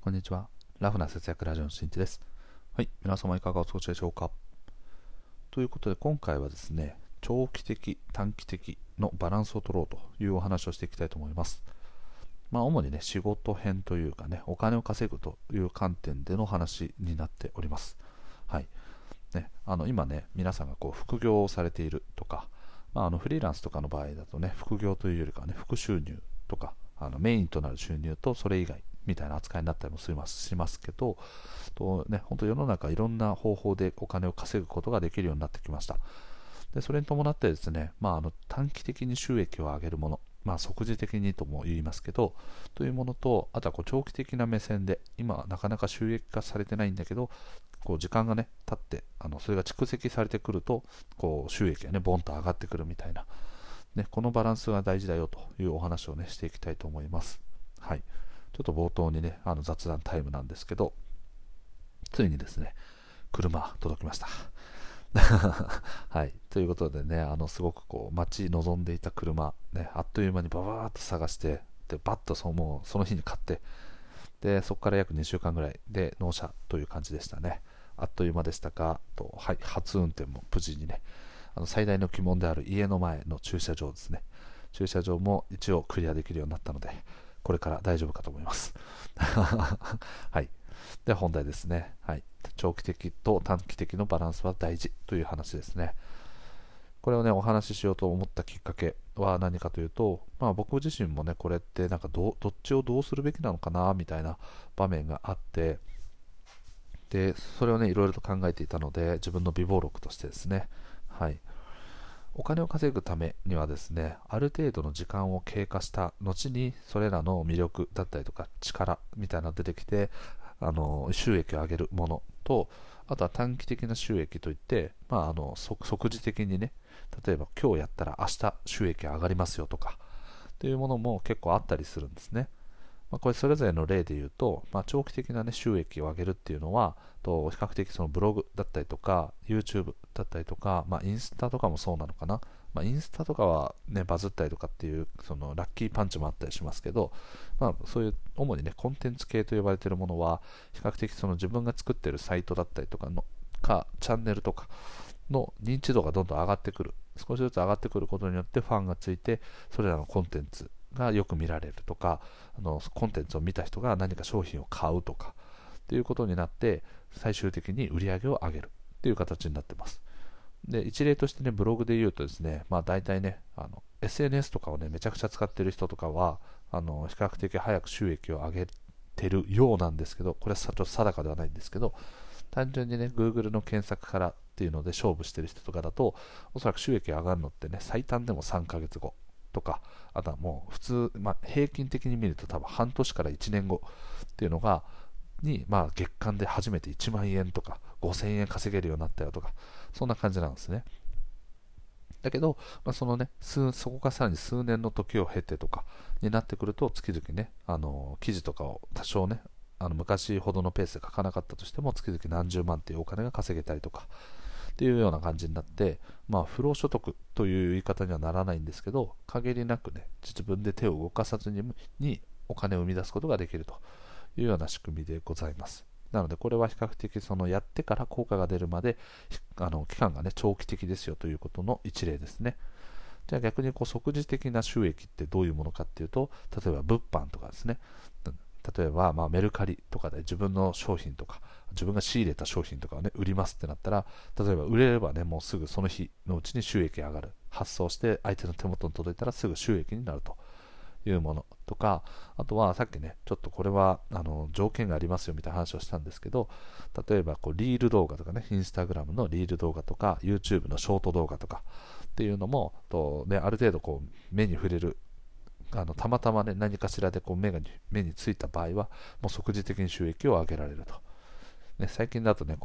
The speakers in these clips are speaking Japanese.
こんにちは。ラフな節約ラジオのしんいちです。はい、皆様いかがお過ごしでしょうか。ということで今回はですね、長期的、短期的のバランスを取ろうというお話をしていきたいと思います。主にね、仕事編というかね、お金を稼ぐという観点での話になっております。はい。ね、今ね、皆さんが副業をされているとか、フリーランスとかの場合だとね、副業というよりかはね、副収入とか、メインとなる収入とそれ以外みたいな扱いになったりもしますけど、本当世の中いろんな方法でお金を稼ぐことができるようになってきました。でそれに伴ってですね、短期的に収益を上げるもの、即時的にとも言いますけど、というものと、あとは長期的な目線で、今はなかなか収益化されてないんだけど、時間がね経ってそれが蓄積されてくると収益がねボンと上がってくるみたいな、ね、このバランスが大事だよというお話をねしていきたいと思います。はい、ちょっと冒頭にね雑談タイムなんですけど、ついにですね車届きました。はい、ということでねすごく待ち望んでいた車、ね、あっという間にババーっと探して、でバッともうその日に買って、でそこから約2週間ぐらいで納車という感じでしたね。あっという間でしたかと、はい、初運転も無事にね、最大の鬼門である家の前の駐車場ですね、駐車場も一応クリアできるようになったので、これから大丈夫かと思います。はい。で本題ですね。はい。長期的と短期的のバランスは大事という話ですね。これをねお話ししようと思ったきっかけは何かというと、僕自身もねこれってなんかどっちをどうするべきなのかなみたいな場面があって、でそれをねいろいろと考えていたので、自分の備忘録としてですね、はい、お金を稼ぐためにはですね、ある程度の時間を経過した後にそれらの魅力だったりとか力みたいなのが出てきて、収益を上げるものと、あとは短期的な収益といって、即時的にね、例えば今日やったら明日収益上がりますよとかっていうものも結構あったりするんですね。これそれぞれの例で言うと、長期的な、ね、収益を上げるっていうのは比較的そのブログだったりとか YouTube だったりとか、インスタとかもそうなのかな、インスタとかは、ね、バズったりとかっていうそのラッキーパンチもあったりしますけど、そういう主にねコンテンツ系と呼ばれているものは比較的その自分が作っているサイトだったりとかのチャンネルとかの認知度がどんどん上がってくる、少しずつ上がってくることによってファンがついて、それらのコンテンツがよく見られるとか、コンテンツを見た人が何か商品を買うとかっていうことになって、最終的に売り上げを上げるっていう形になってます。で一例としてねブログで言うとですね、大体ねSNS とかをねめちゃくちゃ使ってる人とかは比較的早く収益を上げてるようなんですけど、これはちょっと定かではないんですけど、単純にね Google の検索からっていうので勝負してる人とかだと、おそらく収益が上がるのってね最短でも3ヶ月後とか、あとはもう普通、平均的に見ると多分半年から1年後っていうのが月間で初めて1万円とか5000円稼げるようになったよとか、そんな感じなんですね。だけど、そのねそこからさらに数年の時を経てとかになってくると、月々ね記事とかを多少ね昔ほどのペースで書かなかったとしても月々何十万っていうお金が稼げたりとかっていうような感じになって、不労所得という言い方にはならないんですけど、限りなくね自分で手を動かさずにお金を生み出すことができるというような仕組みでございます。なのでこれは比較的そのやってから効果が出るまで期間がね長期的ですよということの一例ですね。じゃあ逆に即時的な収益ってどういうものかっていうと、例えば物販とかですね、例えばメルカリとかで自分の商品とか自分が仕入れた商品とかをね売りますってなったら、例えば売れればねもうすぐその日のうちに収益が上がる、発送して相手の手元に届いたらすぐ収益になるというものとか、あとはさっきねちょっとこれは条件がありますよみたいな話をしたんですけど、例えばリール動画とかね、インスタグラムのリール動画とか YouTube のショート動画とかっていうのもある程度目に触れる、たまたまね何かしらで目についた場合はもう即時的に収益を上げられると、最近だとね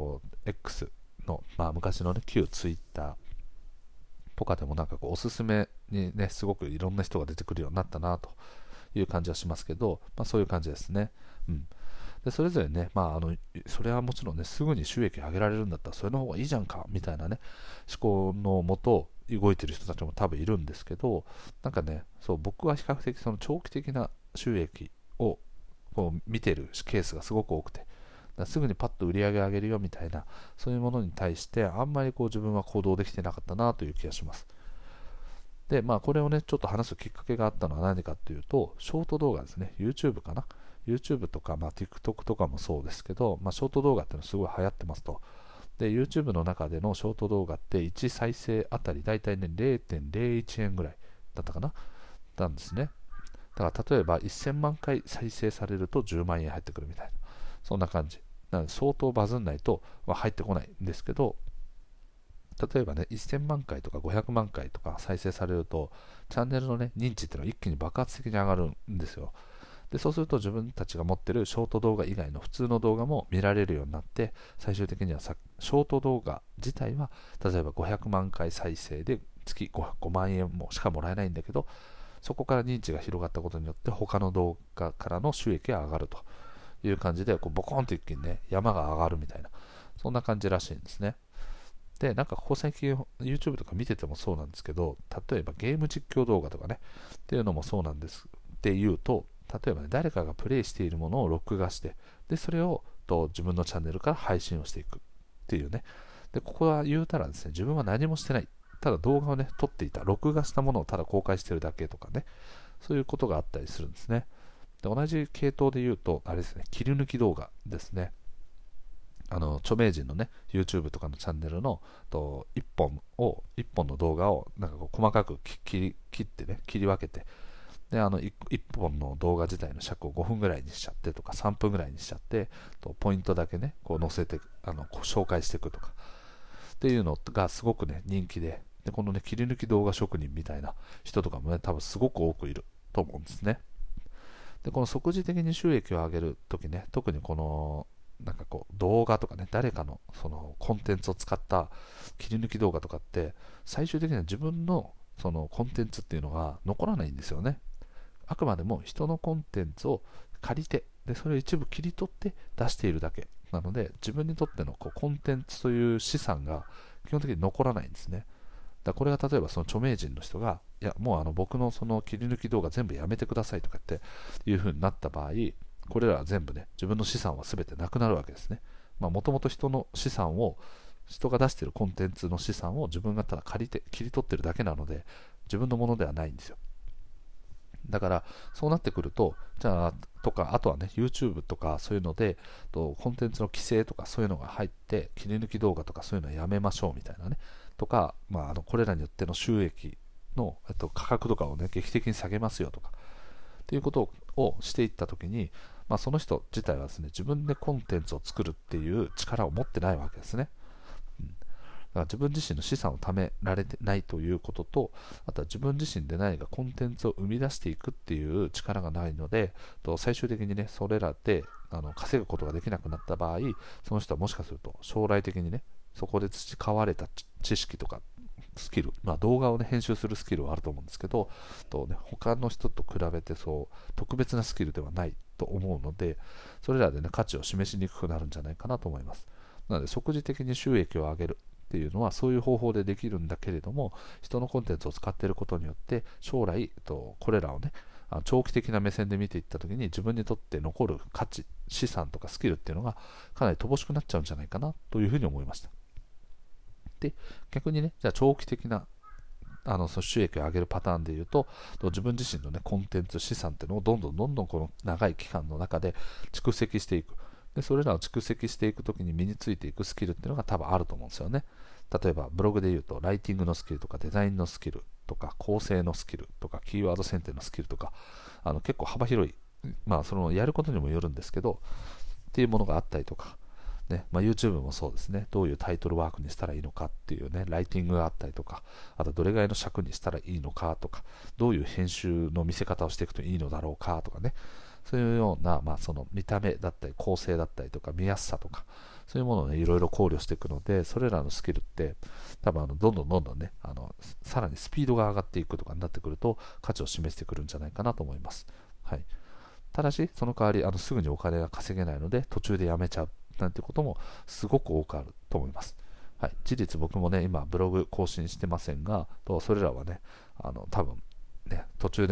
X の、昔のね旧 Twitterとかでもなんかおすすめにねすごくいろんな人が出てくるようになったなという感じはしますけど、そういう感じですね。でそれぞれね、それはもちろんねすぐに収益上げられるんだったらそれの方がいいじゃんかみたいなね思考のもと動いてる人たちも多分いるんですけど、なんかねそう僕は比較的その長期的な収益をこう見てるケースがすごく多くて、だからすぐにパッと売り上げ上げるよみたいな、そういうものに対してあんまりこう自分は行動できてなかったなという気がします。で、これをね、ちょっと話すきっかけがあったのは何かというと、ショート動画ですね。YouTube かな。YouTube とか、TikTok とかもそうですけど、ショート動画っていうのはすごい流行ってますと。で、YouTube の中でのショート動画って1再生あたりだいたいね、0.01 円ぐらいだったかな。なんですね。だから例えば1000万回再生されると10万円入ってくるみたいな、そんな感じ。なので相当バズんないと入ってこないんですけど、例えばね、1000万回とか500万回とか再生されると、チャンネルのね、認知っていうのは一気に爆発的に上がるんですよ。で、そうすると自分たちが持ってるショート動画以外の普通の動画も見られるようになって、最終的にはショート動画自体は、例えば500万回再生で月 5万円もしかもらえないんだけど、そこから認知が広がったことによって他の動画からの収益が上がるという感じで、こうボコンと一気にね、山が上がるみたいな、そんな感じらしいんですね。で、なんかここ最近 YouTube とか見ててもそうなんですけど、例えばゲーム実況動画とかね、っていうのもそうなんですっていうと、例えばね、誰かがプレイしているものを録画して、で、それを自分のチャンネルから配信をしていくっていうね。で、ここは言うたらですね、自分は何もしてない。ただ動画をね、撮っていた、録画したものをただ公開してるだけとかね、そういうことがあったりするんですね。で、同じ系統で言うと、あれですね、切り抜き動画ですね。著名人のね、YouTube とかのチャンネルの1本の動画をなんかこう細かく切ってね、切り分けて、で、1本の動画自体の尺を5分ぐらいにしちゃってとか、3分ぐらいにしちゃって、ポイントだけね、こう載せて、紹介していくとか、っていうのがすごくね、人気で、このね、切り抜き動画職人みたいな人とかもね、多分すごく多くいると思うんですね。で、この即時的に収益を上げるときね、特にこの、なんかこう動画とかね、誰かのそのコンテンツを使った切り抜き動画とかって、最終的には自分のそのコンテンツっていうのが残らないんですよね。あくまでも人のコンテンツを借りて、でそれを一部切り取って出しているだけなので、自分にとってのこうコンテンツという資産が基本的に残らないんですね。だこれが例えばその著名人の人が、いやもう僕のその切り抜き動画全部やめてくださいとかっていう風になった場合、これらは全部ね、自分の資産は全てなくなるわけですね。もともと人の資産を、人が出しているコンテンツの資産を自分がただ借りて切り取ってるだけなので、自分のものではないんですよ。だからそうなってくると、じゃあとか、あとはね、 YouTube とかそういうのでコンテンツの規制とかそういうのが入って、切り抜き動画とかそういうのはやめましょうみたいなね、とか、これらによっての収益の、価格とかをね、劇的に下げますよとかっていうことをしていったときに、その人自体はですね、自分でコンテンツを作るっていう力を持ってないわけですね。だから自分自身の資産を貯められてないということと、あとは自分自身で何かコンテンツを生み出していくっていう力がないので、最終的にね、それらで稼ぐことができなくなった場合、その人はもしかすると将来的にね、そこで培われた知識とかスキル、動画を、ね、編集するスキルはあると思うんですけど、他の人と比べてそう特別なスキルではないと思うので、それらで、ね、価値を示しにくくなるんじゃないかなと思います。なので即時的に収益を上げるっていうのはそういう方法でできるんだけれども、人のコンテンツを使っていることによって将来これらをね、長期的な目線で見ていった時に自分にとって残る価値、資産とかスキルっていうのがかなり乏しくなっちゃうんじゃないかなというふうに思いました。で、逆にね、じゃあ長期的なその収益を上げるパターンでいうと、自分自身の、ね、コンテンツ資産っていうのをどんどんこの長い期間の中で蓄積していく。でそれらを蓄積していくときに身についていくスキルっていうのが多分あると思うんですよね。例えばブログでいうとライティングのスキルとかデザインのスキルとか構成のスキルとかキーワード選定のスキルとか、結構幅広い、そのやることにもよるんですけどっていうものがあったりとか、ね、YouTube もそうですね。どういうタイトルワークにしたらいいのかっていうね、ライティングがあったりとか、あとどれぐらいの尺にしたらいいのかとか、どういう編集の見せ方をしていくといいのだろうかとかね、そういうような、その見た目だったり構成だったりとか見やすさとか、そういうものをね、いろいろ考慮していくので、それらのスキルって多分どんどんね、さらにスピードが上がっていくとかになってくると価値を示してくるんじゃないかなと思います。はい。ただしその代わりすぐにお金が稼げないので途中でやめちゃうなんてこともすごく多くあると思います。はい、事実僕もね今ブログ更新してませんが、それらはね多分ね途中でも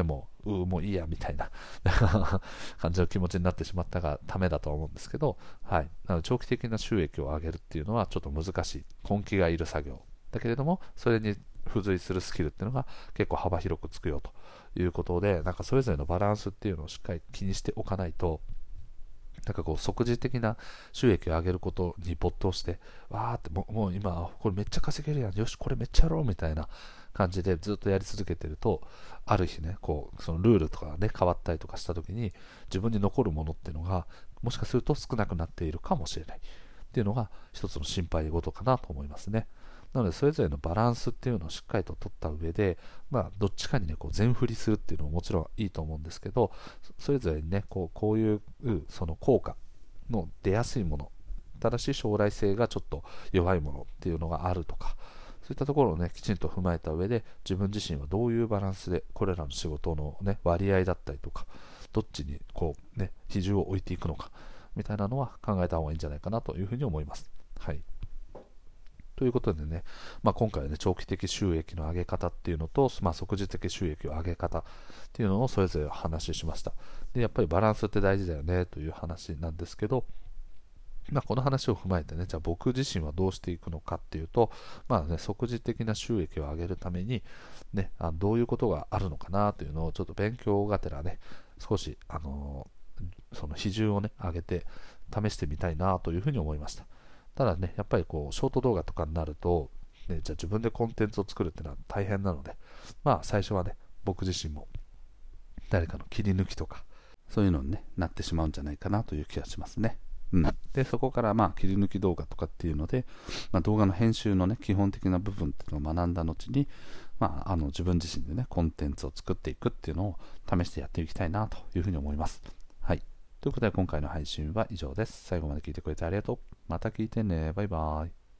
もういいやみたいな感じの気持ちになってしまったがためだと思うんですけど、はい、なので長期的な収益を上げるっていうのはちょっと難しい、根気がいる作業だけれども、それに付随するスキルっていうのが結構幅広くつくよということで、なんかそれぞれのバランスっていうのをしっかり気にしておかないと、なんかこう即時的な収益を上げることに没頭して、わーってもう今これめっちゃ稼げるやん、よしこれめっちゃやろうみたいな感じでずっとやり続けてると、ある日ね、こうそのルールとかがね変わったりとかした時に自分に残るものっていうのがもしかすると少なくなっているかもしれないっていうのが一つの心配事かなと思いますね。なのでそれぞれのバランスっていうのをしっかりと取った上で、どっちかにねこう全振りするっていうのももちろんいいと思うんですけど、それぞれにねこういうその効果の出やすいもの、ただし将来性がちょっと弱いものっていうのがあるとか、そういったところをねきちんと踏まえた上で、自分自身はどういうバランスでこれらの仕事のね割合だったりとか、どっちにこうね比重を置いていくのかみたいなのは考えた方がいいんじゃないかなというふうに思います。はい。ということでね、今回はね、長期的収益の上げ方っていうのと、即時的収益を上げ方っていうのをそれぞれお話ししました。で、やっぱりバランスって大事だよねという話なんですけど、この話を踏まえてね、じゃあ僕自身はどうしていくのかっていうと、即時的な収益を上げるために、ね、どういうことがあるのかなというのをちょっと勉強がてらね、少し、その比重をね、上げて試してみたいなというふうに思いました。ただね、やっぱりこうショート動画とかになると、ね、じゃあ自分でコンテンツを作るっていうのは大変なので、最初はね、僕自身も誰かの切り抜きとか、そういうのに、ね、なってしまうんじゃないかなという気がしますね。でそこから切り抜き動画とかっていうので、動画の編集の、ね、基本的な部分っていうのを学んだ後に、自分自身で、ね、コンテンツを作っていくっていうのを試してやっていきたいなというふうに思います。はい。ということで今回の配信は以上です。最後まで聞いてくれてありがとう。また聞いてね。バイバイ。